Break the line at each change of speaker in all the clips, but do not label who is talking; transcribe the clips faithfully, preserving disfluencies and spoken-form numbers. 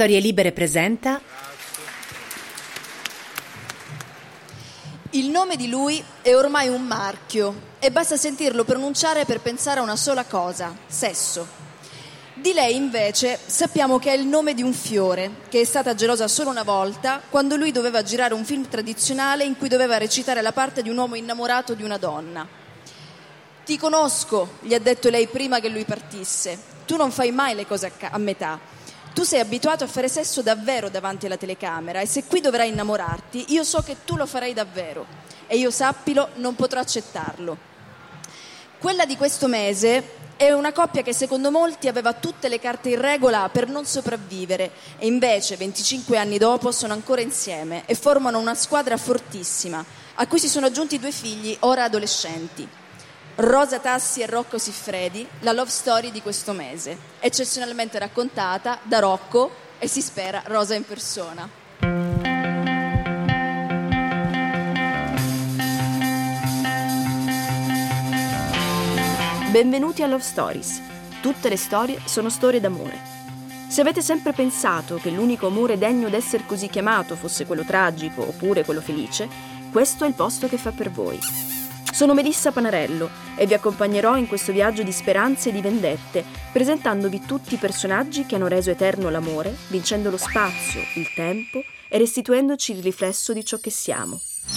Storie Libere presenta
Il nome di lui è ormai un marchio e basta sentirlo pronunciare per pensare a una sola cosa: sesso. Di lei invece sappiamo che è il nome di un fiore, che è stata gelosa solo una volta, quando lui doveva girare un film tradizionale in cui doveva recitare la parte di un uomo innamorato di una donna. Ti conosco, gli ha detto lei prima che lui partisse. Tu non fai mai le cose a, ca- a metà. Tu sei abituato a fare sesso davvero davanti alla telecamera e se qui dovrai innamorarti, io so che tu lo farai davvero e io, sappilo, non potrò accettarlo. Quella di questo mese è una coppia che secondo molti aveva tutte le carte in regola per non sopravvivere e invece venticinque anni dopo sono ancora insieme e formano una squadra fortissima a cui si sono aggiunti due figli ora adolescenti. Rosa Tassi e Rocco Siffredi, la love story di questo mese, eccezionalmente raccontata da Rocco e si spera Rosa in persona.
Benvenuti a Love Stories. Tutte le storie sono storie d'amore. Se avete sempre pensato che l'unico amore degno d'essere così chiamato fosse quello tragico oppure quello felice, questo è il posto che fa per voi. Sono Melissa Panarello e vi accompagnerò in questo viaggio di speranze e di vendette, presentandovi tutti i personaggi che hanno reso eterno l'amore, vincendo lo spazio, il tempo e restituendoci il riflesso di ciò che siamo.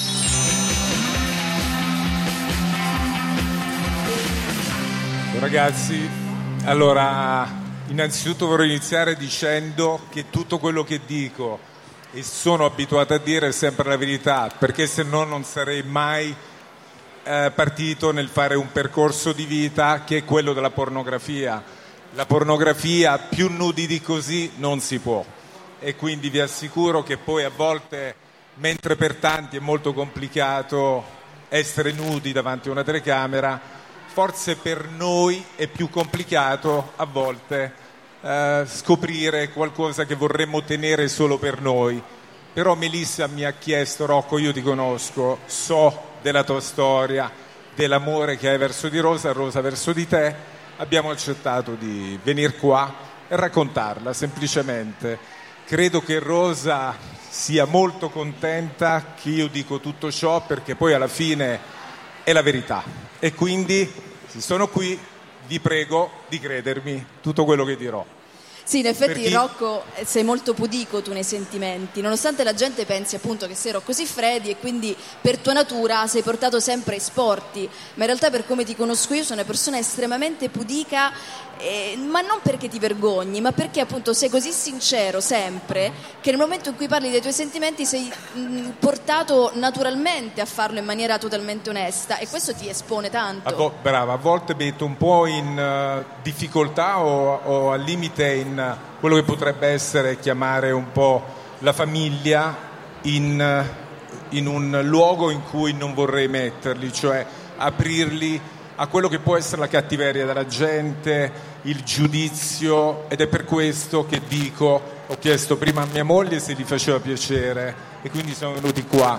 Ragazzi, allora, innanzitutto vorrei iniziare dicendo che tutto quello che dico e sono abituato a dire è sempre la verità, perché se no non sarei mai eh, partito nel fare un percorso di vita che è quello della pornografia. La pornografia, più nudi di così, non si può. E quindi vi assicuro che poi a volte, mentre per tanti è molto complicato essere nudi davanti a una telecamera, forse per noi è più complicato a volte eh, scoprire qualcosa che vorremmo tenere solo per noi. Però Melissa mi ha chiesto: Rocco, io ti conosco, so della tua storia, dell'amore che hai verso di Rosa, Rosa verso di te. Abbiamo accettato di venire qua e raccontarla semplicemente. Credo che Rosa sia molto contenta che io dico tutto ciò, perché poi alla fine è la verità. E quindi, se sono qui, vi prego di credermi tutto quello che dirò.
Sì, in effetti
Perché...
Rocco, sei molto pudico tu nei sentimenti, nonostante la gente pensi appunto che sei Rocco Siffredi e quindi per tua natura sei portato sempre ai sporti, ma in realtà per come ti conosco io sono una persona estremamente pudica, eh, ma non perché ti vergogni, ma perché appunto sei così sincero sempre che nel momento in cui parli dei tuoi sentimenti sei mh, portato naturalmente a farlo in maniera totalmente onesta e questo ti espone tanto.
A vo- brava, a volte metto un po' in uh, difficoltà o, o al limite in quello che potrebbe essere chiamare un po' la famiglia in, in un luogo in cui non vorrei metterli, cioè aprirli a quello che può essere la cattiveria della gente, il giudizio, ed è per questo che dico, ho chiesto prima a mia moglie se gli faceva piacere e quindi sono venuti qua.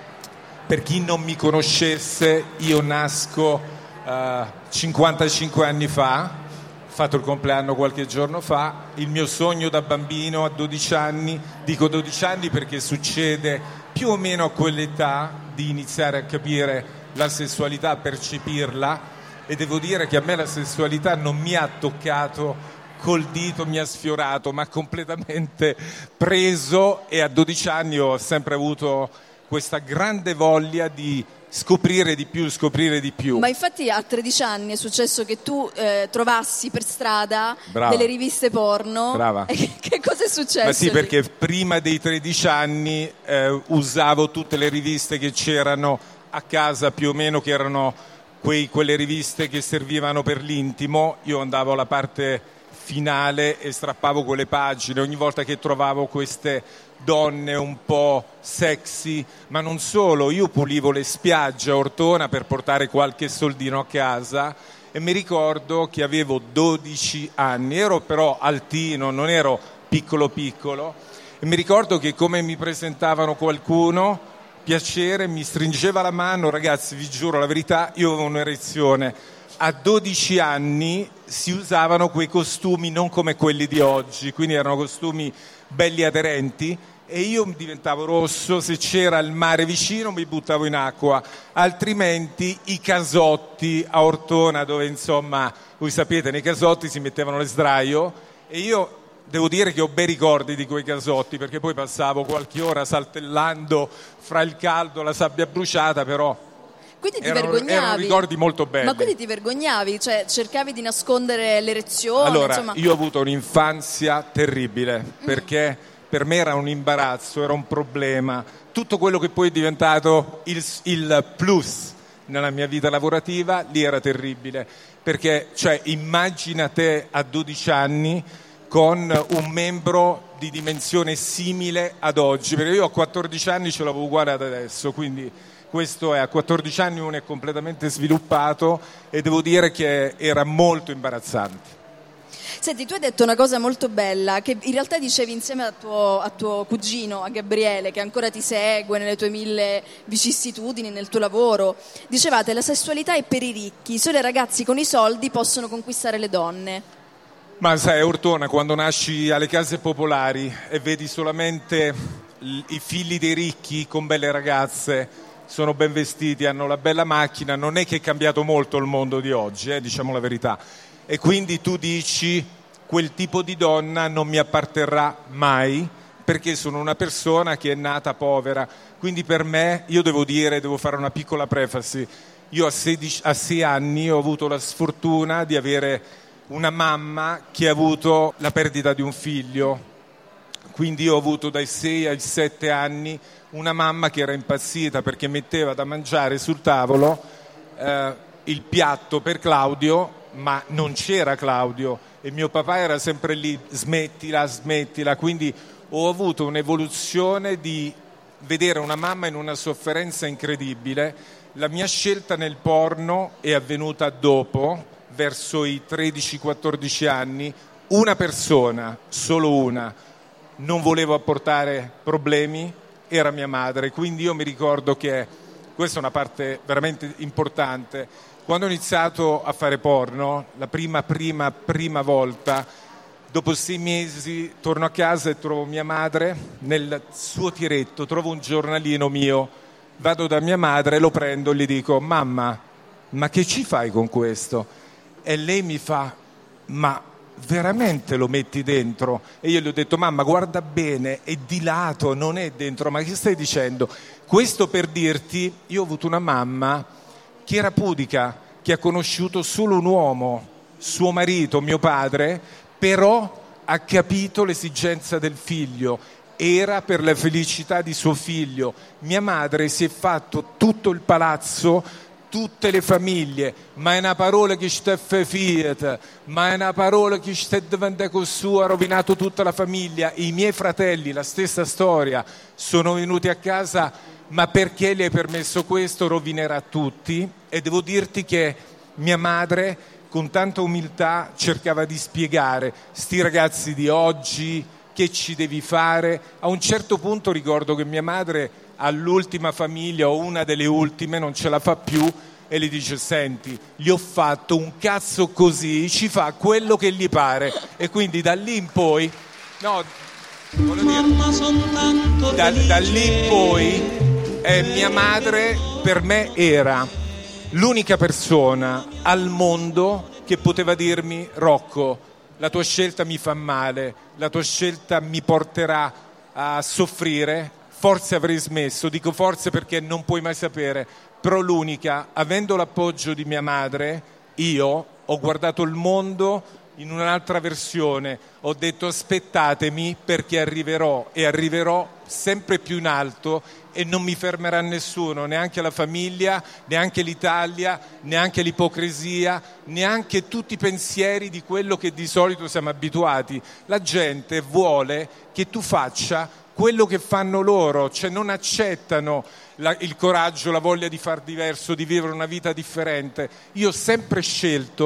Per chi non mi conoscesse, io nasco uh, cinquantacinque anni fa, ho fatto il compleanno qualche giorno fa. Il mio sogno da bambino a dodici anni, dico dodici anni perché succede più o meno a quell'età di iniziare a capire la sessualità, a percepirla, e devo dire che a me la sessualità non mi ha toccato col dito, mi ha sfiorato, ma completamente preso, e a dodici anni ho sempre avuto questa grande voglia di scoprire di più, scoprire di più.
Ma infatti a tredici anni è successo che tu eh, trovassi per strada
Brava.
delle riviste porno.
Brava.
E che, che cosa è successo?
Ma sì,
lì?
perché prima dei tredici anni eh, usavo tutte le riviste che c'erano a casa, più o meno, che erano quei, quelle riviste che servivano per l'intimo. Io andavo alla parte finale e strappavo quelle pagine ogni volta che trovavo queste donne un po' sexy, ma non solo. Io pulivo le spiagge a Ortona per portare qualche soldino a casa e mi ricordo che avevo dodici anni, ero però altino, non ero piccolo piccolo, e mi ricordo che come mi presentavano qualcuno, piacere, mi stringeva la mano. Ragazzi, vi giuro la verità, io avevo un'erezione a dodici anni si usavano quei costumi non come quelli di oggi, quindi erano costumi belli aderenti, e io diventavo rosso, se c'era il mare vicino mi buttavo in acqua, altrimenti i casotti a Ortona, dove insomma, voi sapete, nei casotti si mettevano le sdraio, e io devo dire che ho bei ricordi di quei casotti, perché poi passavo qualche ora saltellando fra il caldo e la sabbia bruciata, però
quindi ti
erano,
vergognavi?
erano ricordi molto belli.
Ma quindi ti vergognavi? Cioè cercavi di nascondere l'erezione?
Allora,
insomma...
io ho avuto un'infanzia terribile,
Mm.
perché per me era un imbarazzo, era un problema. Tutto quello che poi è diventato il, il plus nella mia vita lavorativa, lì era terribile. Perché, cioè, immagina te a dodici anni con un membro di dimensione simile ad oggi, perché io a quattordici anni ce l'avevo uguale ad adesso, quindi questo è, a quattordici anni uno è completamente sviluppato, e devo dire che era molto imbarazzante.
Senti, tu hai detto una cosa molto bella, che in realtà dicevi insieme a tuo, a tuo cugino, a Gabriele, che ancora ti segue nelle tue mille vicissitudini, nel tuo lavoro. Dicevate, la sessualità è per i ricchi, solo i ragazzi con i soldi possono conquistare le donne.
Ma sai, Ortona, quando nasci alle case popolari e vedi solamente l- i figli dei ricchi con belle ragazze, sono ben vestiti, hanno la bella macchina, non è che è cambiato molto il mondo di oggi, eh, diciamo la verità. E quindi tu dici, quel tipo di donna non mi apparterrà mai, perché sono una persona che è nata povera. Quindi per me, io devo dire, devo fare una piccola prefasi, io a, sedici, a sei anni ho avuto la sfortuna di avere una mamma che ha avuto la perdita di un figlio, quindi io ho avuto dai sei ai sette anni una mamma che era impazzita perché metteva da mangiare sul tavolo eh, il piatto per Claudio, ma non c'era Claudio, e mio papà era sempre lì, smettila, smettila, quindi ho avuto un'evoluzione di vedere una mamma in una sofferenza incredibile. La mia scelta nel porno è avvenuta dopo, verso i tredici quattordici anni. Una persona, solo una, non volevo apportare problemi, era mia madre, quindi io mi ricordo che questa è una parte veramente importante. Quando ho iniziato a fare porno, la prima, prima, prima volta, dopo sei mesi torno a casa e trovo mia madre nel suo tiretto, trovo un giornalino mio, vado da mia madre, lo prendo e gli dico: mamma, ma che ci fai con questo? E lei mi fa: ma veramente lo metti dentro? E io gli ho detto: mamma, guarda bene, è di lato, non è dentro. Ma che stai dicendo? Questo per dirti, io ho avuto una mamma che era pudica, che ha conosciuto solo un uomo, suo marito, mio padre, però ha capito l'esigenza del figlio, era per la felicità di suo figlio. Mia madre si è fatto tutto il palazzo, tutte le famiglie, ma è una parola che sta Fiat, ma è una parola che sta diventando così, ha rovinato tutta la famiglia. I miei fratelli, la stessa storia, sono venuti a casa: ma perché le hai permesso questo? Rovinerà tutti. E devo dirti che mia madre, con tanta umiltà, cercava di spiegare: sti ragazzi di oggi, che ci devi fare? A un certo punto ricordo che mia madre all'ultima famiglia, o una delle ultime, non ce la fa più e gli dice: senti, gli ho fatto un cazzo così, ci fa quello che gli pare. E quindi da lì in poi, no, voglio dire, da, da lì in poi eh, mia madre per me era l'unica persona al mondo che poteva dirmi: Rocco, la tua scelta mi fa male, la tua scelta mi porterà a soffrire, forse avrei smesso, dico forse perché non puoi mai sapere, però l'unica, avendo l'appoggio di mia madre, io ho guardato il mondo in un'altra versione, ho detto: aspettatemi, perché arriverò, e arriverò sempre più in alto, e non mi fermerà nessuno, neanche la famiglia, neanche l'Italia, neanche l'ipocrisia, neanche tutti i pensieri di quello che di solito siamo abituati. La gente vuole che tu faccia quello che fanno loro, cioè non accettano la, il coraggio, la voglia di far diverso, di vivere una vita differente. Io ho sempre scelto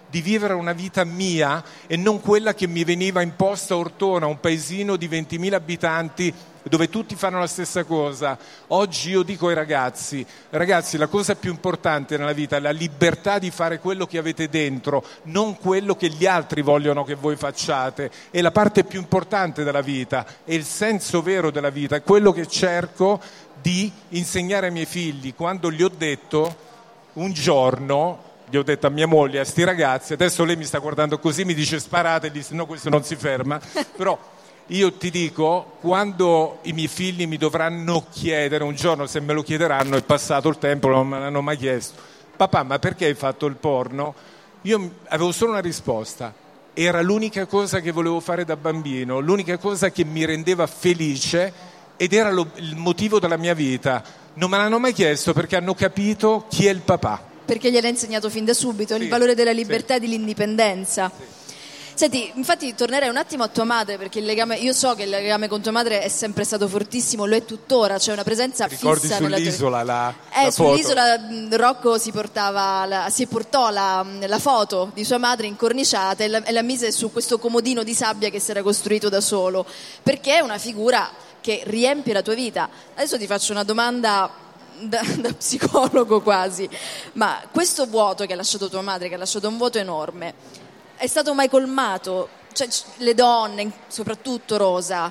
di vivere una vita mia e non quella che mi veniva imposta a Ortona, un paesino di ventimila abitanti dove tutti fanno la stessa cosa. Oggi io dico ai ragazzi, ragazzi, la cosa più importante nella vita è la libertà di fare quello che avete dentro, non quello che gli altri vogliono che voi facciate. È la parte più importante della vita, è il senso vero della vita, è quello che cerco di insegnare ai miei figli. Quando gli ho detto un giorno, gli ho detto a mia moglie, a sti ragazzi, adesso lei mi sta guardando così, mi dice sparategli, se no questo non si ferma, però io ti dico, quando i miei figli mi dovranno chiedere un giorno, se me lo chiederanno, è passato il tempo, non me l'hanno mai chiesto, papà, ma perché hai fatto il porno? Io avevo solo una risposta, era l'unica cosa che volevo fare da bambino, l'unica cosa che mi rendeva felice ed era lo, il motivo della mia vita. Non me l'hanno mai chiesto perché hanno capito chi è il papà.
Perché gliel'ha insegnato fin da subito,
sì,
il valore della libertà
sì.
e dell'indipendenza. Sì. Senti, infatti tornerei un attimo a tua madre, perché il legame, io so che il legame con tua madre è sempre stato fortissimo, lo è tuttora, c'è una presenza
Ricordi
fissa nella
sull'isola la,
eh,
la
sull'isola foto. Rocco si portava la, si portò la, la foto di sua madre incorniciata e la, e la mise su questo comodino di sabbia che si era costruito da solo, perché è una figura che riempie la tua vita. Adesso ti faccio una domanda Da, da psicologo quasi, ma questo vuoto che ha lasciato tua madre, che ha lasciato un vuoto enorme, è stato mai colmato? Cioè, le donne, soprattutto Rosa,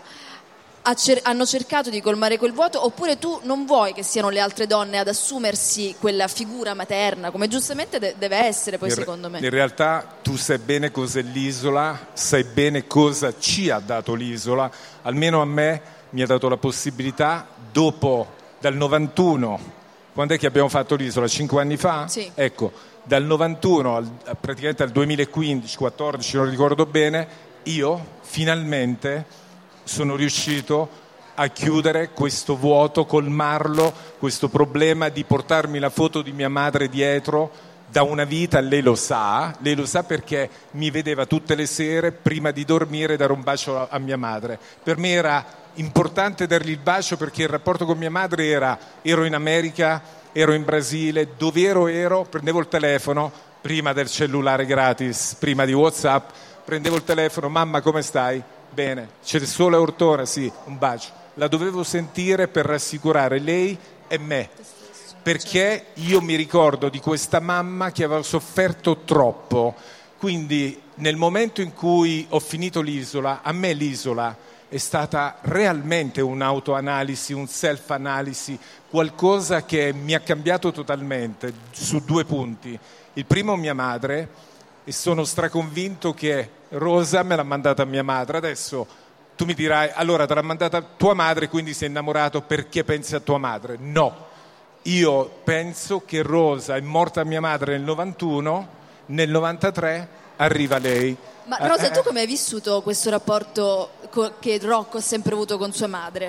cer- hanno cercato di colmare quel vuoto, oppure tu non vuoi che siano le altre donne ad assumersi quella figura materna, come giustamente de- deve essere poi,
in
secondo me?
In realtà tu sai bene cos'è l'isola, sai bene cosa ci ha dato l'isola, almeno a me mi ha dato la possibilità, dopo dal novantuno, quando è che abbiamo fatto l'isola? Cinque anni fa?
Sì.
Ecco, dal novantuno al, praticamente al duemilaquindici quattordici, non ricordo bene, io finalmente sono riuscito a chiudere questo vuoto, colmarlo, questo problema di portarmi la foto di mia madre dietro da una vita. Lei lo sa, lei lo sa perché mi vedeva tutte le sere prima di dormire dare un bacio a, a mia madre. Per me era importante dargli il bacio perché il rapporto con mia madre era, ero in America, ero in Brasile, dove ero ero, prendevo il telefono, prima del cellulare gratis, prima di WhatsApp, prendevo il telefono, mamma come stai? Bene, c'è il sole a Ortona? Sì, un bacio. La dovevo sentire per rassicurare lei e me, perché io mi ricordo di questa mamma che aveva sofferto troppo, quindi nel momento in cui ho finito l'isola, a me l'isola è stata realmente un'autoanalisi, un self-analisi, qualcosa che mi ha cambiato totalmente su due punti. Il primo, mia madre, e sono straconvinto che Rosa me l'ha mandata a mia madre. Adesso tu mi dirai, allora te l'ha mandata tua madre, quindi sei innamorato perché pensi a tua madre? No, io penso che Rosa è morta mia madre nel novantuno, nel novantatré arriva lei.
Ma Rosa, tu come hai vissuto questo rapporto che Rocco ha sempre avuto con sua madre?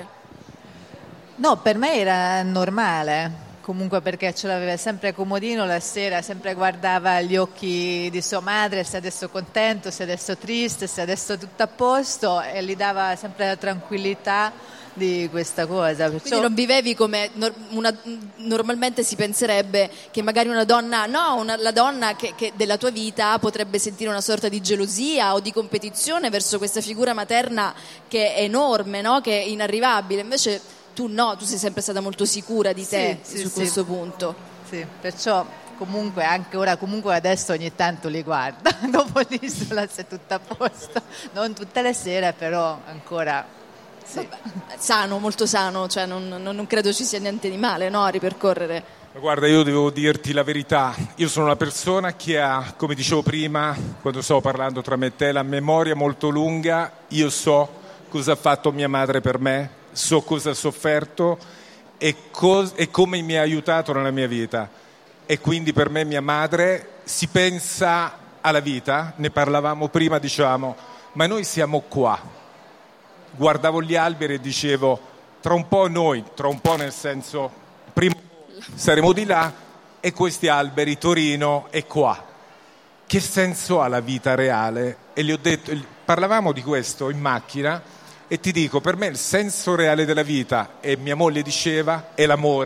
No, per me era normale, comunque, perché ce l'aveva sempre comodino, la sera sempre guardava gli occhi di sua madre, se adesso è contento, se adesso è triste, se adesso è tutto a posto, e gli dava sempre la tranquillità di questa cosa. Perciò...
Quindi non vivevi come no, una, normalmente si penserebbe che magari una donna, no, una, la donna che, che della tua vita potrebbe sentire una sorta di gelosia o di competizione verso questa figura materna che è enorme, no? Che è inarrivabile. Invece tu no, tu sei sempre stata molto sicura di te, sì, su sì, questo sì. punto.
Sì, perciò comunque anche ora, comunque adesso ogni tanto li guarda, dopo l'isola se è tutto a posto, non tutte le sere, però ancora... Sì.
Sano, molto sano, cioè non, non, non credo ci sia niente di male, no, a ripercorrere.
Guarda, io devo dirti la verità, io sono una persona che ha, come dicevo prima, quando stavo parlando tra me e te, la memoria molto lunga. Io so cosa ha fatto mia madre per me, so cosa ha sofferto e, co- e come mi ha aiutato nella mia vita, e quindi per me mia madre, si pensa alla vita, ne parlavamo prima, diciamo, ma noi siamo qua. Guardavo gli alberi e dicevo, tra un po' noi, tra un po' nel senso, prima saremo di là, e questi alberi, Torino è qua. Che senso ha la vita reale? E gli ho detto, parlavamo di questo in macchina, e ti dico, per me il senso reale della vita, e mia moglie diceva, è l'amore,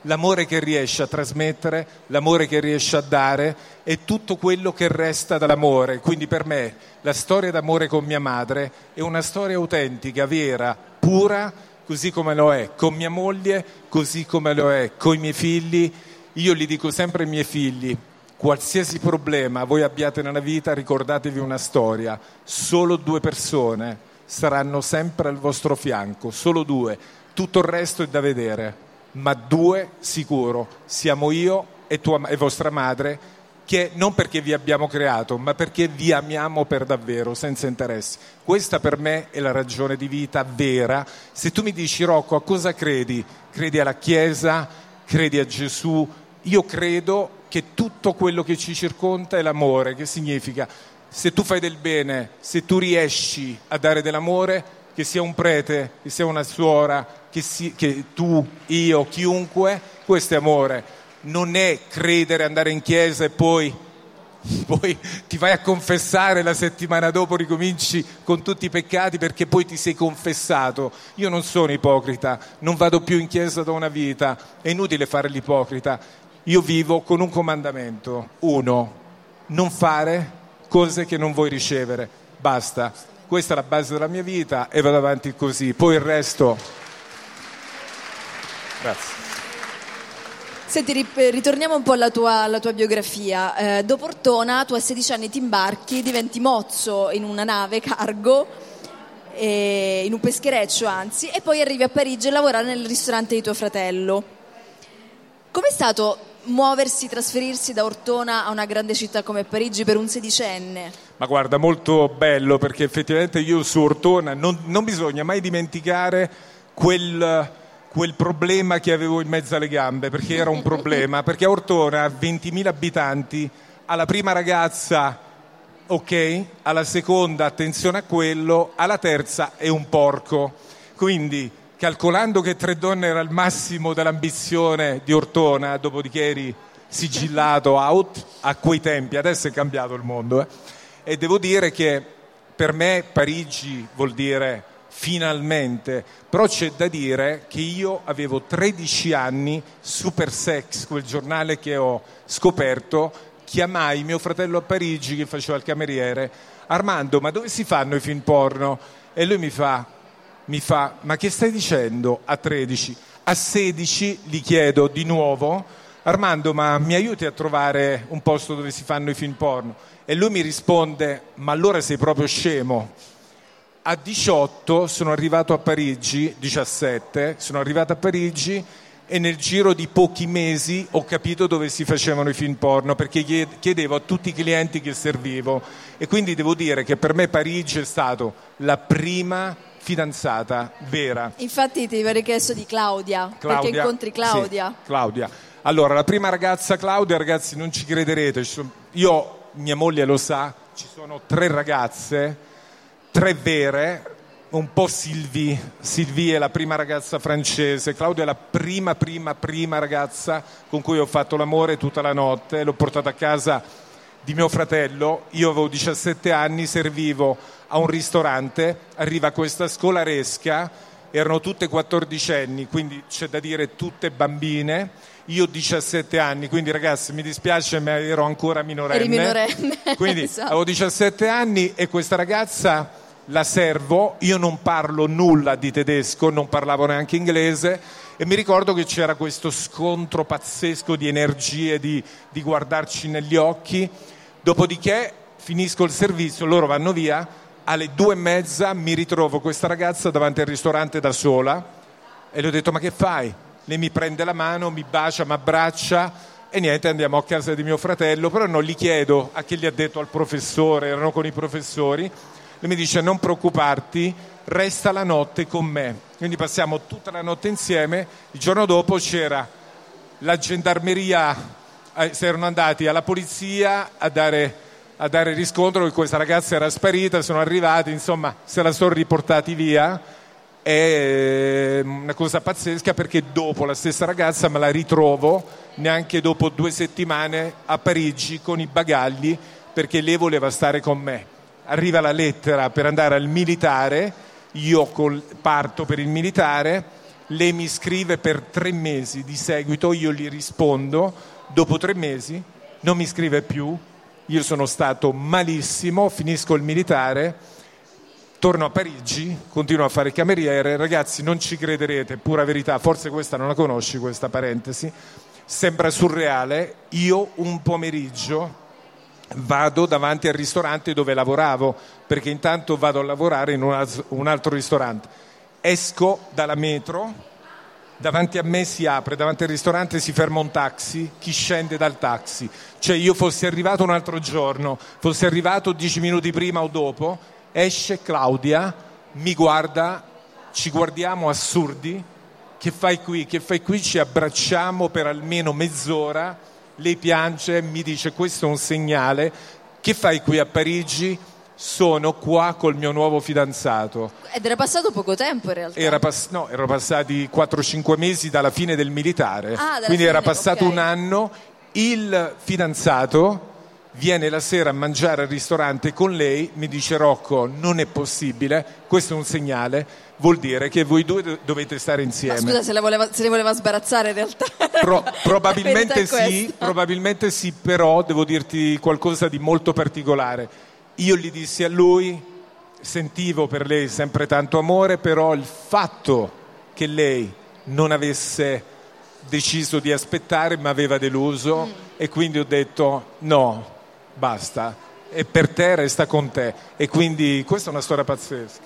l'amore che riesce a trasmettere, l'amore che riesce a dare e tutto quello che resta dall'amore. Quindi per me la storia d'amore con mia madre è una storia autentica, vera, pura, così come lo è con mia moglie, così come lo è con i miei figli. Io gli dico sempre ai miei figli: qualsiasi problema voi abbiate nella vita, ricordatevi una storia, solo due persone saranno sempre al vostro fianco, solo due, tutto il resto è da vedere, ma due sicuro, siamo io e, tua, e vostra madre, che non perché vi abbiamo creato, ma perché vi amiamo per davvero, senza interessi. Questa per me è la ragione di vita vera. Se tu mi dici: Rocco, a cosa credi? Credi alla Chiesa? Credi a Gesù? Io credo che tutto quello che ci circonda è l'amore, che significa, se tu fai del bene, se tu riesci a dare dell'amore, che sia un prete, che sia una suora, che, si, che tu, io, chiunque, questo è amore. Non è credere, andare in chiesa e poi, poi ti vai a confessare, la settimana dopo ricominci con tutti i peccati perché poi ti sei confessato. Io non sono ipocrita, non vado più in chiesa da una vita, è inutile fare l'ipocrita. Io vivo con un comandamento, uno: non fare cose che non vuoi ricevere, basta. Questa è la base della mia vita e vado avanti così, poi il resto. Grazie.
Senti, ritorniamo un po' alla tua, alla tua biografia. Eh, dopo Ortona, tu a sedici anni ti imbarchi, diventi mozzo in una nave cargo, e in un peschereccio anzi, e poi arrivi a Parigi a lavorare nel ristorante di tuo fratello. Com'è stato muoversi, trasferirsi da Ortona a una grande città come Parigi per un sedicenne?
Ma guarda, molto bello, perché effettivamente io su Ortona non, non bisogna mai dimenticare quel, quel problema che avevo in mezzo alle gambe, perché era un problema, perché a Ortona, ventimila abitanti, alla prima ragazza ok, alla seconda attenzione a quello, alla terza è un porco. Quindi, calcolando che tre donne era il massimo dell'ambizione di Ortona, dopodiché eri sigillato out a quei tempi, adesso è cambiato il mondo, eh? E devo dire che per me Parigi vuol dire finalmente, però c'è da dire che io avevo tredici anni, Super Sex, quel giornale che ho scoperto, chiamai mio fratello a Parigi che faceva il cameriere: Armando, ma dove si fanno i film porno? E lui mi fa, mi fa, ma che stai dicendo? A tredici. A sedici gli chiedo di nuovo: Armando, ma mi aiuti a trovare un posto dove si fanno i film porno? E lui mi risponde: ma allora sei proprio scemo. A diciotto sono arrivato a Parigi, diciassette, sono arrivato a Parigi e nel giro di pochi mesi ho capito dove si facevano i film porno, perché chiedevo a tutti i clienti che servivo. E quindi devo dire che per me Parigi è stato la prima fidanzata vera.
Infatti ti avevo richiesto di Claudia,
Claudia,
perché incontri Claudia.
Sì, Claudia. Allora, la prima ragazza Claudia, ragazzi, non ci crederete, ci sono, io, mia moglie lo sa, ci sono tre ragazze, tre vere, un po' Sylvie. Sylvie è la prima ragazza francese, Claudia è la prima, prima, prima ragazza con cui ho fatto l'amore tutta la notte, l'ho portata a casa di mio fratello, io avevo diciassette anni, servivo a un ristorante, arriva questa scolaresca, erano tutte quattordicenni, quindi c'è da dire tutte bambine. Io ho diciassette anni, quindi ragazzi mi dispiace, ma ero ancora minorenne.
Eri minorenne.
Quindi
esatto.
Avevo diciassette anni e questa ragazza la servo, io non parlo nulla di tedesco, non parlavo neanche inglese e mi ricordo che c'era questo scontro pazzesco di energie, di, di guardarci negli occhi. Dopodiché finisco il servizio, loro vanno via, alle due e mezza mi ritrovo questa ragazza davanti al ristorante da sola e le ho detto: ma che fai? Lei mi prende la mano, mi bacia, mi abbraccia e niente, andiamo a casa di mio fratello, però non gli chiedo a che gli ha detto al professore, erano con i professori. Lei mi dice: non preoccuparti, resta la notte con me. Quindi passiamo tutta la notte insieme. Il giorno dopo c'era la gendarmeria, eh, si erano andati alla polizia a dare, a dare riscontro che questa ragazza era sparita, sono arrivati, insomma se la sono riportati via. È una cosa pazzesca, perché dopo la stessa ragazza me la ritrovo neanche dopo due settimane a Parigi con i bagagli, perché lei voleva stare con me. Arriva la lettera per andare al militare, io col, parto per il militare, lei mi scrive per tre mesi di seguito, io gli rispondo, dopo tre mesi non mi scrive più, io sono stato malissimo, finisco il militare, torno a Parigi, continuo a fare il cameriere, ragazzi non ci crederete, pura verità, forse questa non la conosci, questa parentesi, sembra surreale, io un pomeriggio vado davanti al ristorante dove lavoravo, perché intanto vado a lavorare in un altro ristorante, esco dalla metro, davanti a me si apre, davanti al ristorante si ferma un taxi, chi scende dal taxi? Cioè io fossi arrivato un altro giorno, fossi arrivato dieci minuti prima o dopo, esce Claudia, mi guarda, ci guardiamo assurdi, che fai qui? Che fai qui? Ci abbracciamo per almeno mezz'ora, lei piange, mi dice questo è un segnale, che fai qui a Parigi? Sono qua col mio nuovo fidanzato.
Ed era passato poco tempo in realtà.
Era pass- no, erano passati quattro cinque mesi dalla fine del militare,
ah,
quindi
fine,
era passato
okay.
un anno. Il fidanzato viene la sera a mangiare al ristorante con lei, mi dice Rocco non è possibile, questo è un segnale, vuol dire che voi due do- dovete stare insieme.
Ma scusa, se, la voleva, se ne voleva sbarazzare in realtà.
Pro- probabilmente sì, probabilmente sì, però devo dirti qualcosa di molto particolare. Io gli dissi a lui, sentivo per lei sempre tanto amore, però il fatto che lei non avesse deciso di aspettare mi aveva deluso mm. e quindi ho detto no, basta, e per te resta con te. E quindi questa è una storia pazzesca.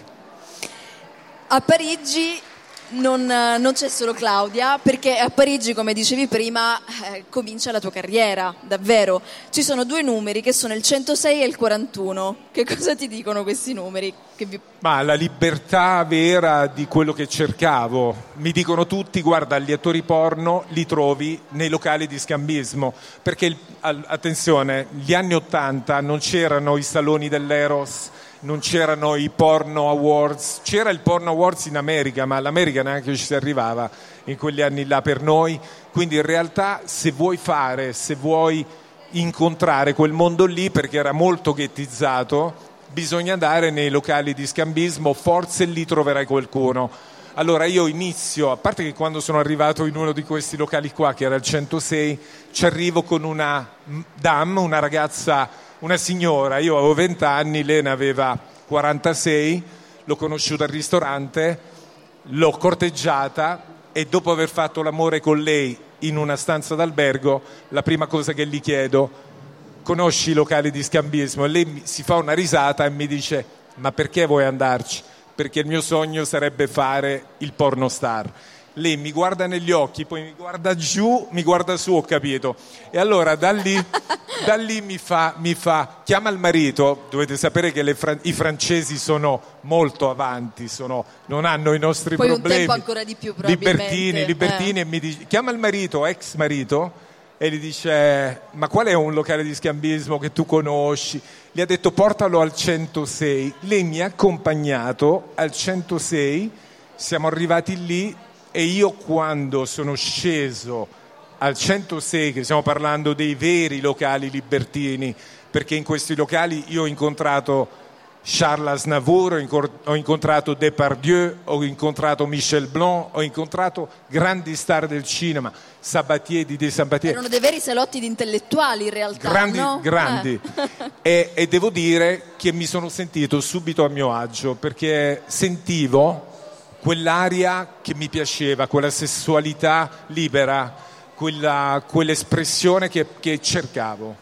A Parigi non, non c'è solo Claudia, perché a Parigi, come dicevi prima, eh, comincia la tua carriera, davvero. Ci sono due numeri che sono il centosei e il quarantuno. Che cosa ti dicono questi numeri? Che vi... Ma
la libertà vera di quello che cercavo. Mi dicono tutti, guarda, gli attori porno li trovi nei locali di scambismo, perché, attenzione, gli anni ottanta non c'erano i saloni dell'Eros, non c'erano i porno awards, c'era il porno awards in America, ma all'America neanche ci si arrivava in quegli anni là per noi, quindi in realtà se vuoi fare, se vuoi incontrare quel mondo lì, perché era molto ghettizzato, bisogna andare nei locali di scambismo, forse lì troverai qualcuno. Allora io inizio, a parte che quando sono arrivato in uno di questi locali qua, che era il centosei, ci arrivo con una dame, una ragazza, una signora, io avevo venti anni, lei ne aveva quarantasei, l'ho conosciuta al ristorante, l'ho corteggiata e dopo aver fatto l'amore con lei in una stanza d'albergo, la prima cosa che gli chiedo, conosci i locali di scambismo? E lei si fa una risata e mi dice, ma perché vuoi andarci? Perché il mio sogno sarebbe fare il pornostar. Lei mi guarda negli occhi, poi mi guarda giù, mi guarda su, ho capito. E allora da lì, da lì mi fa, mi fa, chiama il marito, dovete sapere che le fran- i francesi sono molto avanti, sono, non hanno i nostri
poi
problemi.
Poi un tempo ancora di più probabilmente.
Libertini, libertini, eh. E mi dice, chiama il marito, ex marito, e gli dice, ma qual è un locale di scambismo che tu conosci? Gli ha detto, portalo al centosei. Lei mi ha accompagnato al centosei, siamo arrivati lì, e io quando sono sceso al centosei, che stiamo parlando dei veri locali libertini, perché in questi locali io ho incontrato Charles Aznavour, ho incontrato Depardieu, ho incontrato Michel Blanc, ho incontrato grandi star del cinema, Sabatier, Didier Sabatier.
Erano dei veri salotti di intellettuali in realtà,
grandi,
no?
Grandi, eh. e, e devo dire che mi sono sentito subito a mio agio, perché sentivo quell'aria che mi piaceva, quella sessualità libera, quella, quell'espressione che, che cercavo.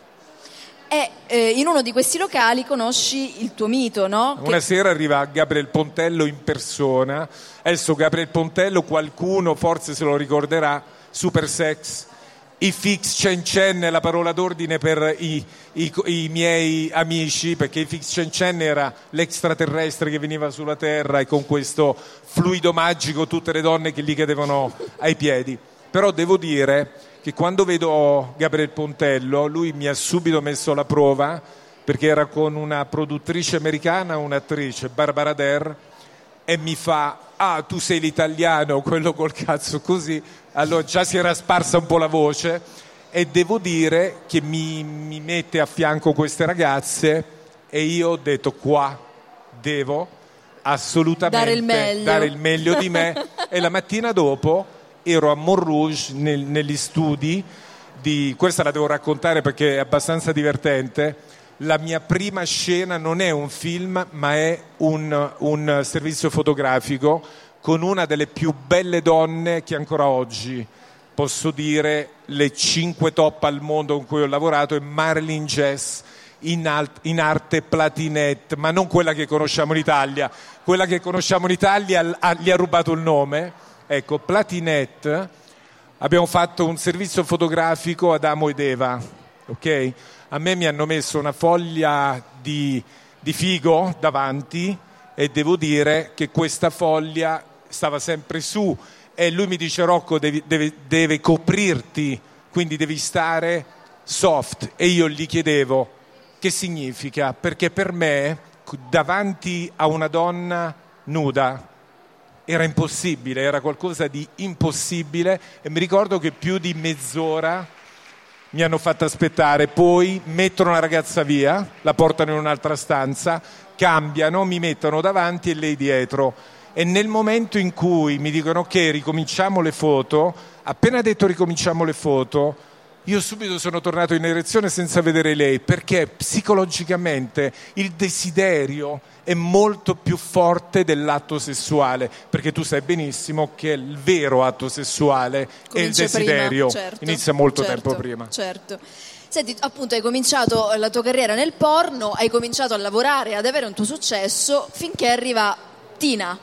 E eh, in uno di questi locali conosci il tuo mito, no?
Una
che...
sera arriva Gabriel Pontello in persona. Adesso Gabriel Pontello, qualcuno forse se lo ricorderà, Super Sex, i Fix Chen Chen è la parola d'ordine per i, i, i miei amici, perché i Fix Chen Chen era l'extraterrestre che veniva sulla Terra e con questo fluido magico tutte le donne che gli cadevano ai piedi. Però devo dire che quando vedo Gabriel Pontello, lui mi ha subito messo alla prova, perché era con una produttrice americana, un'attrice, Barbara Der, e mi fa, ah, tu sei l'italiano, quello col cazzo così. Allora già si era sparsa un po' la voce, e devo dire che mi, mi mette a fianco queste ragazze, e io ho detto, qua devo assolutamente
dare il meglio,
dare il meglio di me. E la mattina dopo ero a Montrouge nel, negli studi di, questa la devo raccontare perché è abbastanza divertente. La mia prima scena non è un film, ma è un, un servizio fotografico con una delle più belle donne che ancora oggi posso dire le cinque top al mondo con cui ho lavorato, è Marilyn Jess, in, alt, in arte Platinette, ma non quella che conosciamo in Italia. Quella che conosciamo in Italia ha, gli ha rubato il nome. Ecco, Platinette, abbiamo fatto un servizio fotografico ad Adamo ed Eva, ok? A me mi hanno messo una foglia di, di figo davanti e devo dire che questa foglia stava sempre su e lui mi dice: Rocco, devi, deve, deve coprirti, quindi devi stare soft. E io gli chiedevo che significa, perché per me davanti a una donna nuda era impossibile, era qualcosa di impossibile, e mi ricordo che più di mezz'ora mi hanno fatto aspettare, poi mettono la ragazza via, la portano in un'altra stanza, cambiano, mi mettono davanti e lei dietro. E nel momento in cui mi dicono ok, ricominciamo le foto, appena detto ricominciamo le foto, io subito sono tornato in erezione senza vedere lei, perché psicologicamente il desiderio è molto più forte dell'atto sessuale, perché tu sai benissimo che il vero atto sessuale Comincia è il desiderio,
prima, certo,
inizia molto
certo,
tempo prima.
Certo. Senti, appunto hai cominciato la tua carriera nel porno, hai cominciato a lavorare, ad avere un tuo successo, finché arriva Tina,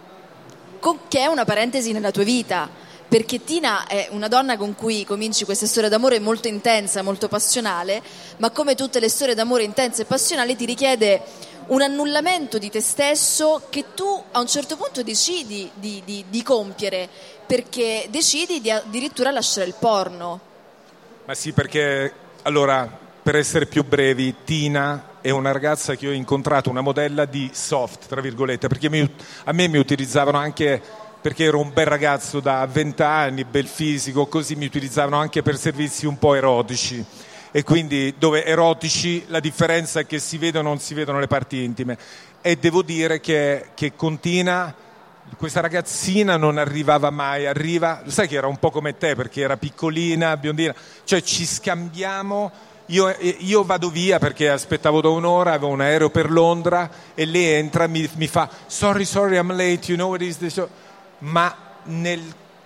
che è una parentesi nella tua vita, perché Tina è una donna con cui cominci questa storia d'amore molto intensa, molto passionale, ma come tutte le storie d'amore intense e passionali ti richiede un annullamento di te stesso che tu a un certo punto decidi di, di, di compiere, perché decidi di addirittura lasciare il porno.
Ma sì, perché allora, per essere più brevi, Tina è una ragazza che ho incontrato, una modella di soft, tra virgolette, perché mi, a me mi utilizzavano anche perché ero un bel ragazzo da venti anni, bel fisico, così mi utilizzavano anche per servizi un po' erotici. E quindi dove erotici la differenza è che si vedono o non si vedono le parti intime. E devo dire che, che con Tina questa ragazzina non arrivava mai, arriva, sai che era un po' come te perché era piccolina, biondina, cioè ci scambiamo, io, io vado via perché aspettavo da un'ora, avevo un aereo per Londra e lei entra, mi, mi fa sorry sorry I'm late, you know what is this, ma nel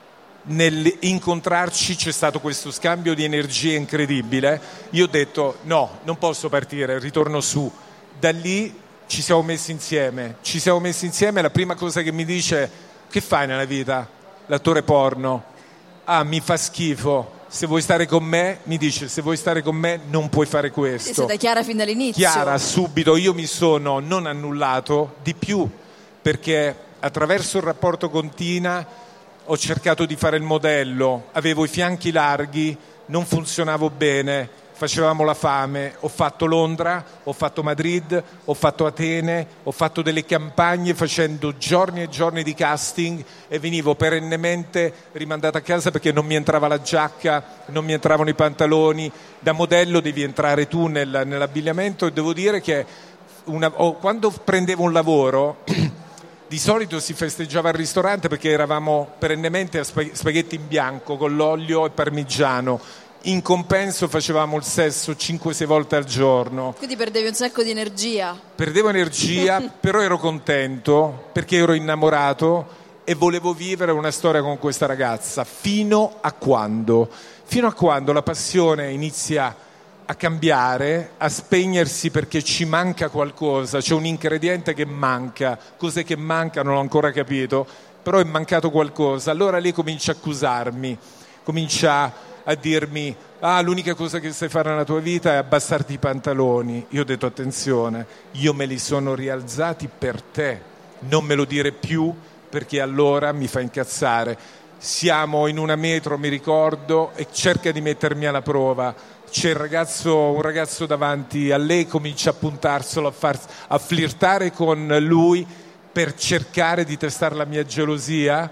nell'incontrarci c'è stato questo scambio di energie incredibile. Io ho detto no, non posso partire, ritorno su. Da lì ci siamo messi insieme ci siamo messi insieme la prima cosa che mi dice: che fai nella vita? L'attore porno. Ah, mi fa schifo, se vuoi stare con me, mi dice, se vuoi stare con me non puoi fare questo.
È stata chiara fin dall'inizio.
Chiara subito. Io mi sono non annullato di più, perché attraverso il rapporto con Tina ho cercato di fare il modello, avevo i fianchi larghi, non funzionavo bene, facevamo la fame, ho fatto Londra, ho fatto Madrid, ho fatto Atene, ho fatto delle campagne facendo giorni e giorni di casting e venivo perennemente rimandato a casa perché non mi entrava la giacca, non mi entravano i pantaloni. Da modello devi entrare tu nel, nell'abbigliamento, e devo dire che una, oh, quando prendevo un lavoro di solito si festeggiava al ristorante perché eravamo perennemente a spaghetti in bianco con l'olio e parmigiano. In compenso facevamo il sesso cinque sei volte al giorno.
Quindi perdevi un sacco di energia.
Perdevo energia, però ero contento perché ero innamorato e volevo vivere una storia con questa ragazza. Fino a quando? Fino a quando la passione inizia a cambiare, a spegnersi perché ci manca qualcosa, c'è un ingrediente che manca. Cos'è che manca? Non l'ho ancora capito, però è mancato qualcosa. Allora lei comincia a accusarmi, comincia a dirmi: ah, l'unica cosa che sai fare nella tua vita è abbassarti i pantaloni. Io ho detto: attenzione, io me li sono rialzati per te, non me lo dire più perché allora mi fa incazzare. Siamo in una metro, mi ricordo, e cerca di mettermi alla prova. C'è il ragazzo, un ragazzo davanti a lei, comincia a puntarselo, a, far, a flirtare con lui per cercare di testare la mia gelosia,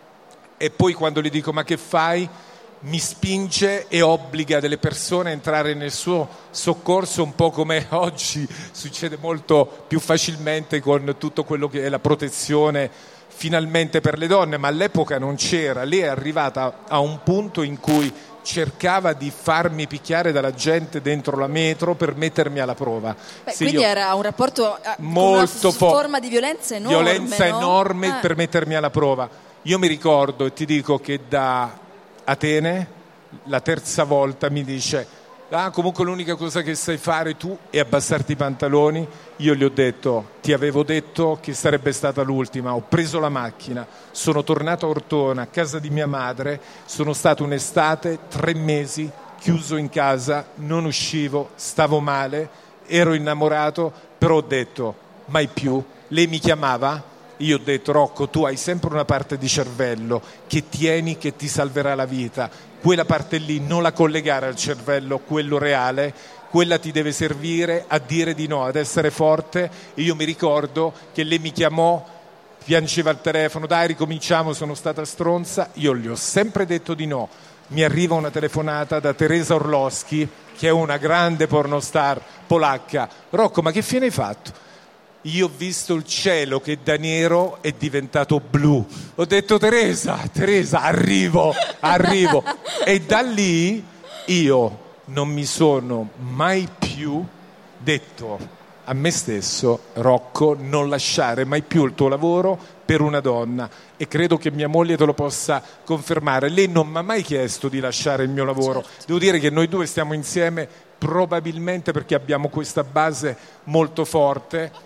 e poi quando gli dico: ma che fai? Mi spinge e obbliga delle persone a entrare nel suo soccorso, un po' come oggi succede molto più facilmente con tutto quello che è la protezione finalmente per le donne, ma all'epoca non c'era. Lei è arrivata a un punto in cui cercava di farmi picchiare dalla gente dentro la metro per mettermi alla prova.
Beh, quindi
io...
era un rapporto eh,
molto
con una fo- forma di violenza enorme,
violenza
no?
enorme
ah.
per mettermi alla prova. Io mi ricordo e ti dico che da Atene la terza volta mi dice: ah, comunque l'unica cosa che sai fare tu è abbassarti i pantaloni. Io gli ho detto: ti avevo detto che sarebbe stata l'ultima. Ho preso la macchina, sono tornato a Ortona, a casa di mia madre, sono stato un'estate, tre mesi chiuso in casa, non uscivo, stavo male, ero innamorato, però ho detto mai più. Lei mi chiamava, io ho detto: Rocco, tu hai sempre una parte di cervello che tieni, che ti salverà la vita, quella parte lì non la collegare al cervello, quello reale, quella ti deve servire a dire di no, ad essere forte. E io mi ricordo che lei mi chiamò, piangeva al telefono: dai, ricominciamo, sono stata stronza. Io gli ho sempre detto di no. Mi arriva una telefonata da Teresa Orlowski, che è una grande pornostar polacca: Rocco, ma che fine hai fatto? Io ho visto il cielo che da nero è diventato blu. Ho detto: Teresa, Teresa, arrivo, arrivo. E da lì io non mi sono mai più detto a me stesso: Rocco, non lasciare mai più il tuo lavoro per una donna. E credo che mia moglie te lo possa confermare. Lei non mi ha mai chiesto di lasciare il mio lavoro. Certo. Devo dire che noi due stiamo insieme probabilmente perché abbiamo questa base molto forte.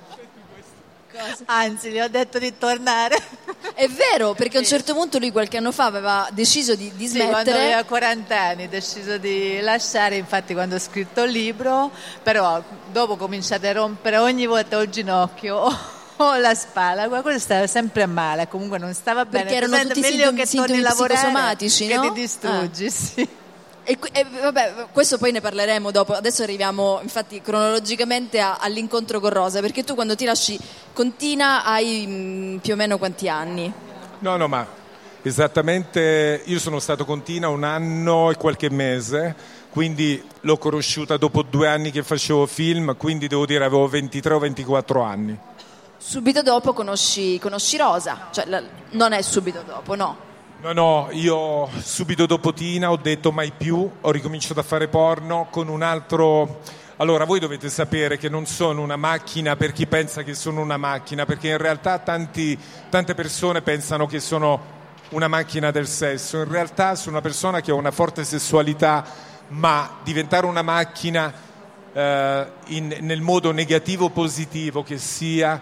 Anzi, gli ho detto di tornare.
È vero, perché a un certo punto lui qualche anno fa aveva deciso di, di smettere.
Sì, quando aveva quaranta anni ha deciso di lasciare, infatti quando ho scritto il libro, però dopo ho cominciato a rompere ogni volta o il ginocchio o la spalla, quello stava sempre male, comunque non stava bene.
Perché erano tutti
meglio
sintomi,
che torni
sintomi
a lavorare
psicosomatici,
che
no?
ti distruggi, ah. sì.
E, e vabbè, questo poi ne parleremo dopo. Adesso arriviamo infatti cronologicamente a, all'incontro con Rosa, perché tu quando ti lasci con Tina hai mh, più o meno quanti anni?
No, no, ma esattamente io sono stato con Tina un anno e qualche mese, quindi l'ho conosciuta dopo due anni che facevo film, quindi devo dire avevo ventitré o ventiquattro anni.
Subito dopo conosci, conosci Rosa, cioè la, non è subito dopo, no?
No, no, io subito dopo Tina ho detto mai più, ho ricominciato a fare porno con un altro... Allora, voi dovete sapere che non sono una macchina per chi pensa che sono una macchina, perché in realtà tanti, tante persone pensano che sono una macchina del sesso. In realtà sono una persona che ha una forte sessualità, ma diventare una macchina eh, in, nel modo negativo o positivo che sia,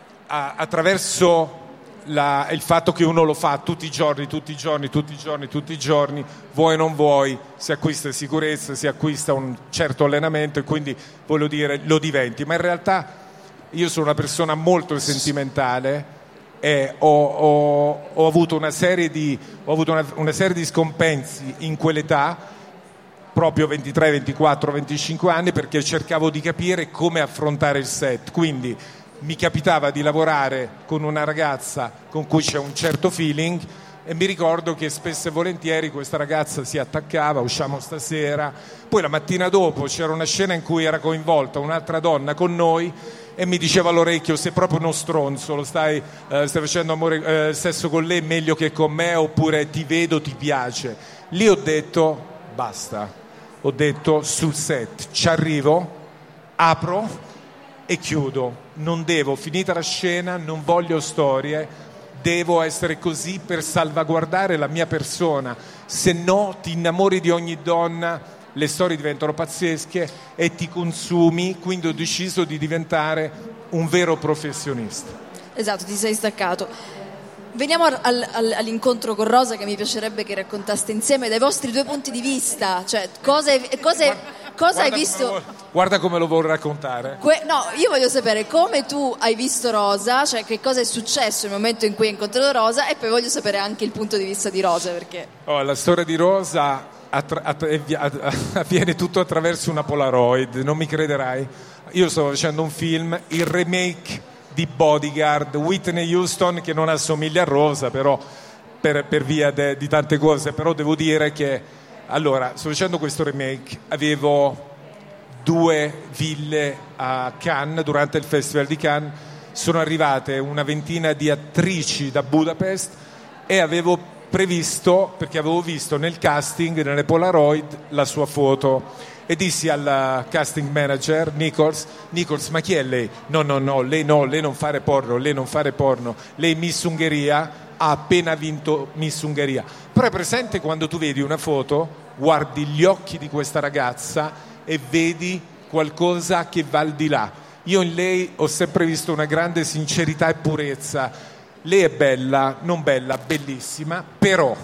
a, attraverso... La, il fatto che uno lo fa tutti i giorni, tutti i giorni, tutti i giorni, tutti i giorni, vuoi o non vuoi, si acquista sicurezza, si acquista un certo allenamento e quindi, voglio dire, lo diventi. Ma in realtà io sono una persona molto sentimentale e ho, ho, ho avuto una serie di ho avuto una, una serie di scompensi in quell'età, proprio ventitré, ventiquattro, venticinque anni, perché cercavo di capire come affrontare il set. Quindi mi capitava di lavorare con una ragazza con cui c'è un certo feeling e mi ricordo che spesso e volentieri questa ragazza si attaccava: usciamo stasera, poi la mattina dopo c'era una scena in cui era coinvolta un'altra donna con noi e mi diceva all'orecchio: sei proprio uno stronzo, lo stai, eh, stai facendo amore, eh, sesso con lei meglio che con me, oppure ti vedo, ti piace. Lì ho detto basta, ho detto sul set ci arrivo, apro e chiudo, non devo, finita la scena, non voglio storie, devo essere così per salvaguardare la mia persona, se no ti innamori di ogni donna, le storie diventano pazzesche e ti consumi. Quindi ho deciso di diventare un vero professionista.
Esatto, ti sei staccato. Veniamo al, al, all'incontro con Rosa, che mi piacerebbe che raccontaste insieme dai vostri due punti di vista, cioè cosa, cosa Cosa
guarda
hai visto?
Come lo, guarda come lo vuoi raccontare.
Que- no, io voglio sapere come tu hai visto Rosa, cioè che cosa è successo nel momento in cui hai incontrato Rosa, e poi voglio sapere anche il punto di vista di Rosa, perché...
Oh, la storia di Rosa attra- attra- avviene tutto attraverso una Polaroid, non mi crederai. Io sto facendo un film, il remake di Bodyguard, Whitney Houston, che non assomiglia a Rosa, però per, per via de- di tante cose, però devo dire che allora, sto facendo questo remake, avevo due ville a Cannes durante il Festival di Cannes sono arrivate una ventina di attrici da Budapest e avevo previsto, perché avevo visto nel casting, nelle Polaroid, la sua foto, e dissi al casting manager Nichols, Nichols, ma chi è lei? No, no, no, lei no, lei non fare porno, lei non fare porno, lei Miss Ungheria, ha appena vinto Miss Ungheria. Però è presente quando tu vedi una foto, guardi gli occhi di questa ragazza e vedi qualcosa che va al di là. Io in lei ho sempre visto una grande sincerità e purezza. Lei è bella, non bella, bellissima, però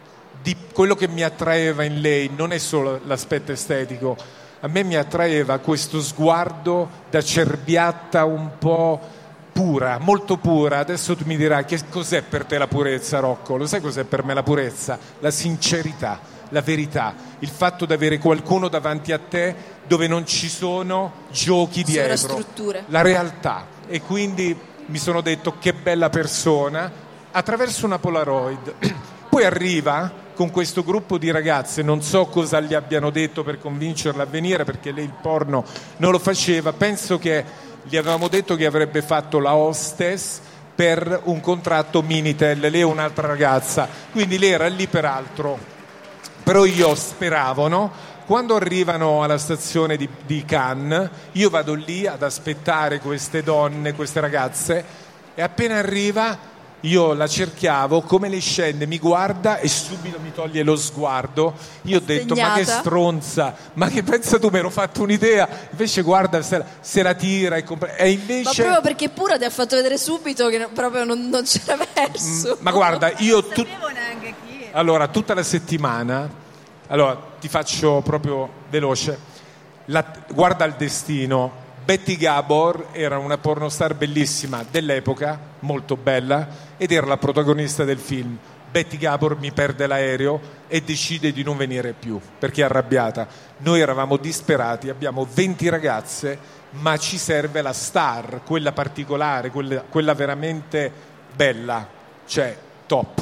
di quello che mi attraeva in lei non è solo l'aspetto estetico, a me mi attraeva questo sguardo da cerbiatta un po' pura, molto pura. Adesso tu mi dirai che cos'è per te la purezza, Rocco? Lo sai cos'è per me la purezza? La sincerità, la verità, il fatto di avere qualcuno davanti a te dove non ci sono giochi dietro, la realtà. E quindi mi sono detto che bella persona, attraverso una Polaroid. Poi arriva con questo gruppo di ragazze, non so cosa gli abbiano detto per convincerla a venire, perché lei il porno non lo faceva. Penso che gli avevamo detto che avrebbe fatto la hostess per un contratto Minitel, lei è un'altra ragazza, quindi lei era lì per altro. Però io speravo, no? Quando arrivano alla stazione di, di Cannes, io vado lì ad aspettare queste donne, queste ragazze, e appena arriva io la cerchiavo, come lei scende mi guarda e subito mi toglie lo sguardo. Io ho detto: ma che stronza, ma che pensa tu, mi ero fatto un'idea, invece guarda se la, se la tira e, compra- e invece...
Ma proprio perché pura ti ha fatto vedere subito che proprio non, non c'era verso.
Ma guarda, io
non
tu...
sapevo neanche chi era.
Allora, tutta la settimana, allora ti faccio proprio veloce, la... guarda il destino. Betty Gabor era una pornostar bellissima dell'epoca, molto bella, ed era la protagonista del film. Betty Gabor mi perde l'aereo e decide di non venire più perché è arrabbiata. Noi eravamo disperati, abbiamo venti ragazze, ma ci serve la star, quella particolare, quella, quella veramente bella, cioè top.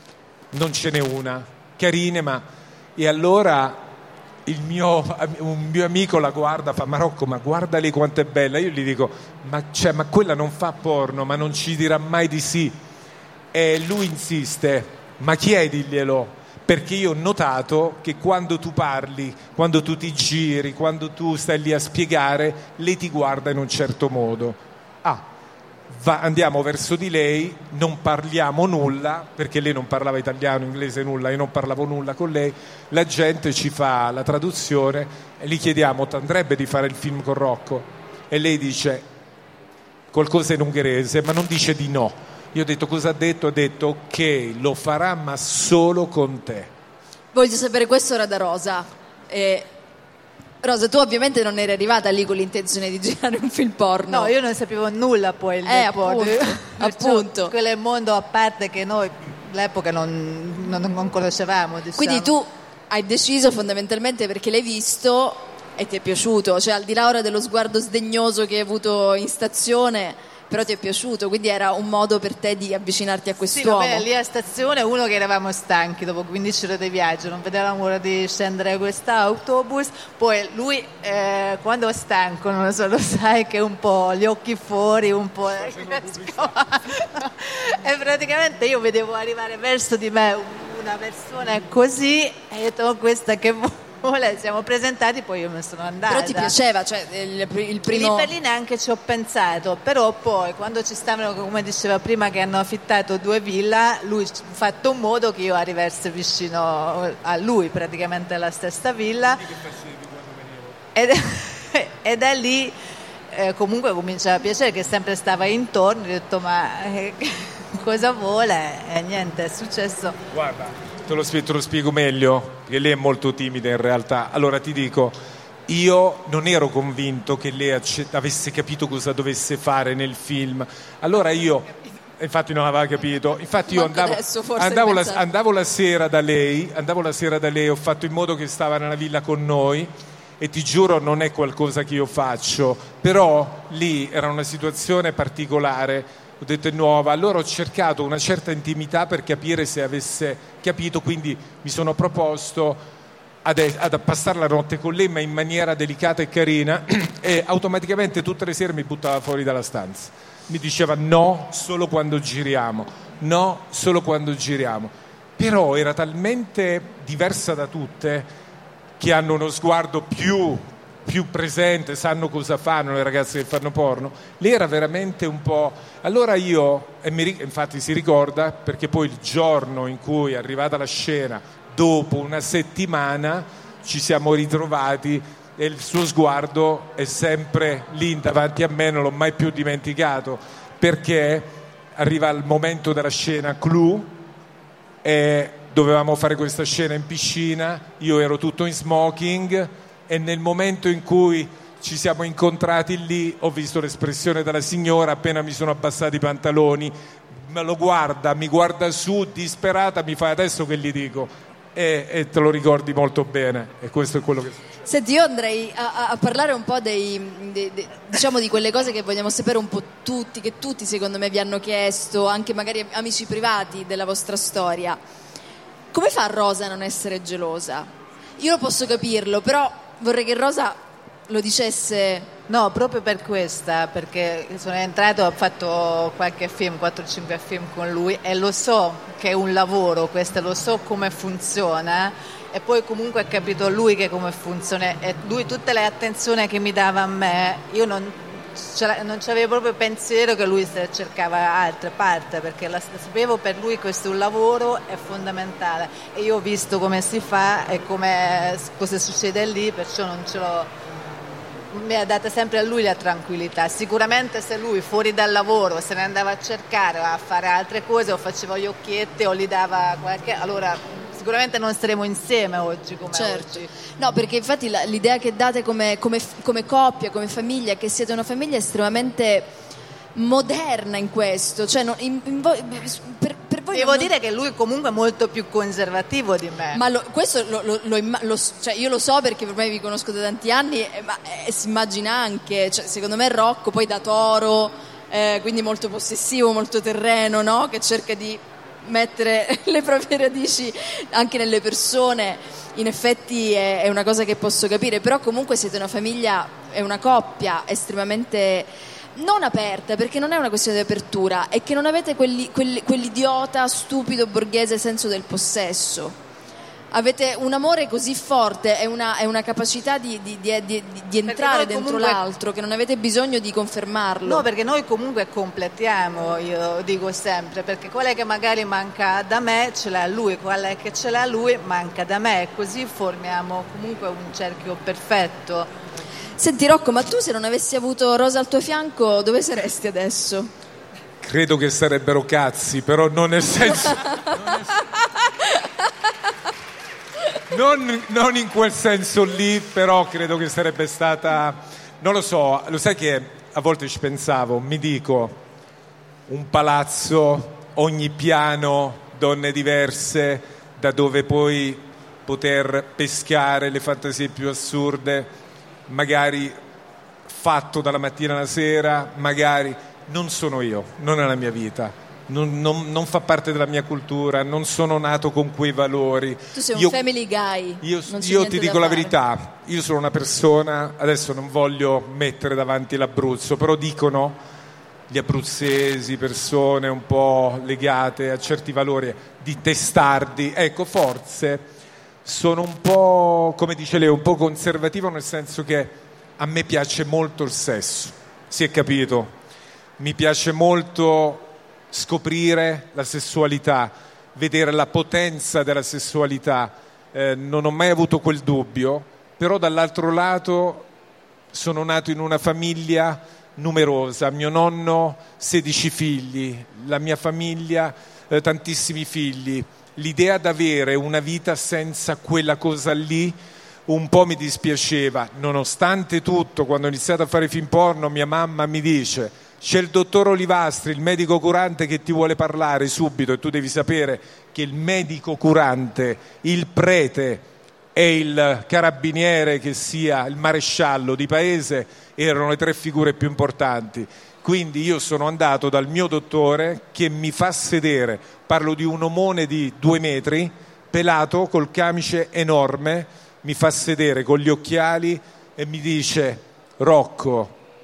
Non ce n'è una, carine, ma... E allora... Il mio, un mio amico la guarda, fa: ma Rocco, ma guarda lei quanto è bella. Io gli dico: ma, cioè, ma quella non fa porno, ma non ci dirà mai di sì. E lui insiste: ma chiediglielo, perché io ho notato che quando tu parli, quando tu ti giri, quando tu stai lì a spiegare, lei ti guarda in un certo modo. Ah, va, andiamo verso di lei, non parliamo nulla, perché lei non parlava italiano, inglese, nulla, io non parlavo nulla con lei. La gente ci fa la traduzione e gli chiediamo: ti andrebbe di fare il film con Rocco? E lei dice qualcosa in ungherese, ma non dice di no. Io ho detto: cosa ha detto? Ha detto: ok, lo farà, ma solo con te.
Voglio sapere, questo era da Rosa. E... Rosa, tu ovviamente non eri arrivata lì con l'intenzione di girare un film porno.
No, io non sapevo nulla poi del
eh,
porno.
Appunto, appunto.
Quello è un mondo a parte che noi all'epoca non, non, non conoscevamo, diciamo.
Quindi tu hai deciso fondamentalmente perché l'hai visto e ti è piaciuto, cioè al di là ora dello sguardo sdegnoso che hai avuto in stazione, però ti è piaciuto, quindi era un modo per te di avvicinarti a quest'uomo.
Sì, vabbè, lì a stazione, uno che eravamo stanchi dopo quindici ore di viaggio, non vedevamo l'ora di scendere a quest'autobus, poi lui eh, quando è stanco, non lo so, lo sai che un po' gli occhi fuori, un po' e praticamente io vedevo arrivare verso di me una persona così e ho detto: oh, questa che vuole. Siamo presentati, poi io mi sono andata.
Però ti piaceva, cioè il, il primo...
Lì per lì neanche ci ho pensato, però poi quando ci stavano, come diceva prima, che hanno affittato due villa, lui ha fatto un modo che io arrivassi vicino a lui, praticamente alla stessa villa, ed, ed è lì eh, comunque cominciava a piacere, che sempre stava intorno. Ho detto: ma eh, cosa vuole? E niente, è successo.
Guarda, Te lo, spiego, te lo spiego meglio, perché lei è molto timida in realtà. Allora ti dico, io non ero convinto che lei avesse capito cosa dovesse fare nel film. Allora io, infatti non aveva capito, infatti io andavo,
adesso,
andavo, la, andavo la sera da lei, andavo la sera da lei, ho fatto in modo che stava nella villa con noi, e ti giuro non è qualcosa che io faccio, però lì era una situazione particolare. Ho detto: è nuova, allora ho cercato una certa intimità per capire se avesse capito, quindi mi sono proposto ad, ad passare la notte con lei, ma in maniera delicata e carina, e automaticamente tutte le sere mi buttava fuori dalla stanza. mi diceva no, solo quando giriamo, no, solo quando giriamo. Però era talmente diversa da tutte, che hanno uno sguardo più, più presente, sanno cosa fanno le ragazze che fanno porno. Lei era veramente un po'... Allora io, e mi, infatti si ricorda, perché poi il giorno in cui è arrivata la scena, dopo una settimana, ci siamo ritrovati e il suo sguardo è sempre lì davanti a me, non l'ho mai più dimenticato, perché arriva il momento della scena clou e dovevamo fare questa scena in piscina, io ero tutto in smoking e nel momento in cui ci siamo incontrati lì ho visto l'espressione della signora appena mi sono abbassati i pantaloni, me lo guarda, mi guarda su disperata, mi fa adesso che gli dico e, e te lo ricordi molto bene e questo è quello che succede.
Senti, io andrei a, a parlare un po' dei, dei, dei, diciamo di quelle cose che vogliamo sapere un po' tutti, che tutti secondo me vi hanno chiesto, anche magari amici privati della vostra storia. Come fa Rosa a non essere gelosa? Io lo posso capirlo, però vorrei che Rosa lo dicesse.
No, proprio per questa, perché sono entrato, ho fatto qualche film, quattro cinque film con lui e lo so che è un lavoro questo, lo so come funziona e poi comunque ha capito lui che come funziona e lui tutte le attenzioni che mi dava a me, io non non c'avevo proprio pensiero che lui cercava altre parti, perché la, sapevo per lui questo è un lavoro, è fondamentale e io ho visto come si fa e come, cosa succede lì, perciò non ce l'ho, mi ha dato sempre a lui la tranquillità. Sicuramente se lui fuori dal lavoro se ne andava a cercare a fare altre cose o faceva gli occhietti o gli dava qualche, allora sicuramente non saremo insieme oggi come
certo.
oggi.
No, perché infatti la, l'idea che date come, come, come coppia, come famiglia, è che siete una famiglia estremamente moderna in questo, cioè non, in, in voi, per, per voi
devo
non...
dire che lui comunque è molto più conservativo di me,
ma lo, questo lo, lo, lo, lo, cioè io lo so perché ormai vi conosco da tanti anni, eh, ma eh, si immagina anche, cioè, secondo me Rocco poi da toro, eh, quindi molto possessivo, molto terreno, no? Che cerca di mettere le proprie radici anche nelle persone, in effetti è, è una cosa che posso capire, però comunque siete una famiglia, è una coppia estremamente non aperta, perché non è una questione di apertura, è che non avete quelli, quelli, quell'idiota stupido borghese senso del possesso. Avete un amore così forte e una, una capacità di, di, di, di, di entrare dentro comunque... l'altro, che non avete bisogno di confermarlo.
No, perché noi comunque completiamo, io dico sempre, perché quella che magari manca da me ce l'ha lui, quella che ce l'ha lui manca da me, e così formiamo comunque un cerchio perfetto.
Senti Rocco, ma tu se non avessi avuto Rosa al tuo fianco dove saresti adesso?
Credo che sarebbero cazzi, però non nel senso... non nel... Non, non in quel senso lì, però credo che sarebbe stata, non lo so, lo sai che a volte ci pensavo, mi dico, un palazzo, ogni piano, donne diverse, da dove poi poter pescare le fantasie più assurde, magari fatto dalla mattina alla sera, magari non sono io, non è la mia vita. Non, non, non fa parte della mia cultura, non sono nato con quei valori.
Tu sei un
io,
family guy.
Io, io ti dico la verità, io sono una persona, adesso non voglio mettere davanti l'Abruzzo, però dicono gli abruzzesi, persone un po' legate a certi valori, di testardi. Ecco, forse sono un po', come dice lei, un po' conservativo, nel senso che a me piace molto il sesso, si è capito? Mi piace molto scoprire la sessualità, vedere la potenza della sessualità, eh, non ho mai avuto quel dubbio, però dall'altro lato sono nato in una famiglia numerosa, mio nonno sedici figli, la mia famiglia eh, tantissimi figli, l'idea d'avere una vita senza quella cosa lì un po' mi dispiaceva, nonostante tutto quando ho iniziato a fare film porno mia mamma mi dice: c'è il dottor Olivastri, il medico curante, che ti vuole parlare subito, e tu devi sapere che il medico curante, il prete e il carabiniere, che sia il maresciallo di paese, erano le tre figure più importanti. Quindi io sono andato dal mio dottore, che mi fa sedere, parlo di un omone di due metri, pelato, col camice enorme, mi fa sedere con gli occhiali e mi dice: Rocco,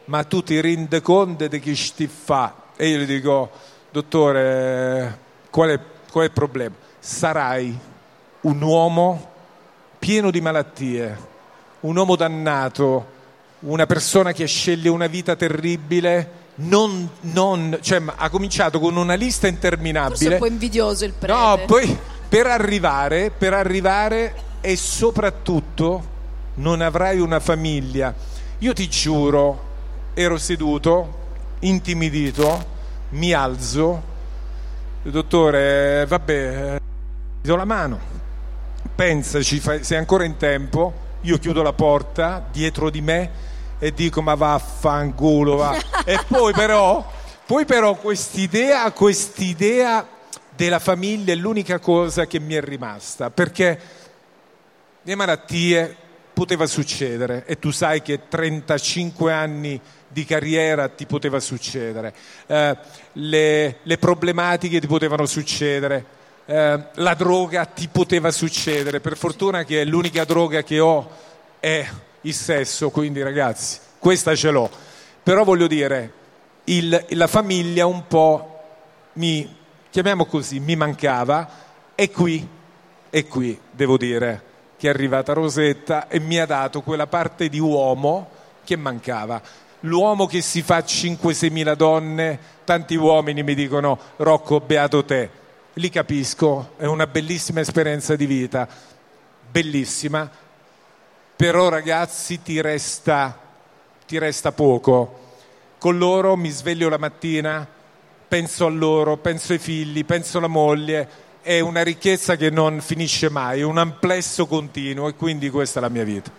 ma tu ti rendi conto di che sti fa? E io gli dico, dottore, qual è, qual è il problema? Sarai un uomo pieno di malattie, un uomo dannato, una persona che sceglie una vita terribile. Non, non, cioè, ha cominciato con una lista interminabile.
Forse è un po' invidioso il prete.
No, poi per arrivare, per arrivare e soprattutto non avrai una famiglia. Io ti giuro, ero seduto, intimidito, mi alzo, dottore, vabbè, ti do la mano, pensaci, sei ancora in tempo. Io chiudo la porta dietro di me e dico ma vaffanculo va. E poi però poi però quest'idea quest'idea della famiglia è l'unica cosa che mi è rimasta, perché le malattie poteva succedere e tu sai che trentacinque anni di carriera ti poteva succedere, eh, le, le problematiche ti potevano succedere, eh, la droga ti poteva succedere. Per fortuna che l'unica droga che ho è il sesso, quindi ragazzi, questa ce l'ho. Però voglio dire, il, la famiglia un po' mi, chiamiamo così, mi mancava, e qui, e qui devo dire che è arrivata Rosetta e mi ha dato quella parte di uomo che mancava. L'uomo che si fa cinque sei mila donne, tanti uomini mi dicono Rocco, beato te, li capisco, è una bellissima esperienza di vita, bellissima. Però ragazzi ti resta, ti resta poco. Con loro mi sveglio la mattina, penso a loro, penso ai figli, penso alla moglie, è una ricchezza che non finisce mai, è un amplesso continuo, e quindi questa è la mia vita.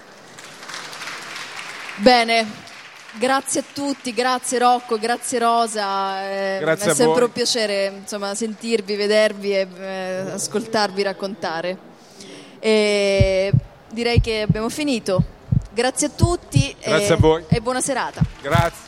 Bene, grazie a tutti, grazie Rocco, grazie Rosa, eh,
grazie
è sempre
voi.
Un piacere, insomma, sentirvi, vedervi e eh, ascoltarvi raccontare. E direi che abbiamo finito. Grazie a tutti.
Grazie
e,
a voi.
E buona serata.
Grazie.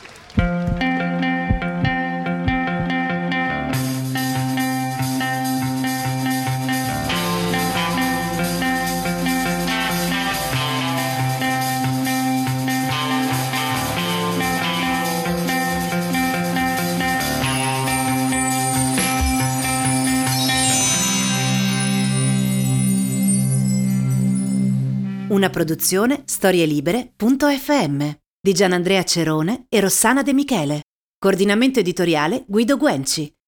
Una produzione storielibere punto effe emme di Gianandrea Cerone e Rossana De Michele. Coordinamento editoriale Guido Guenci.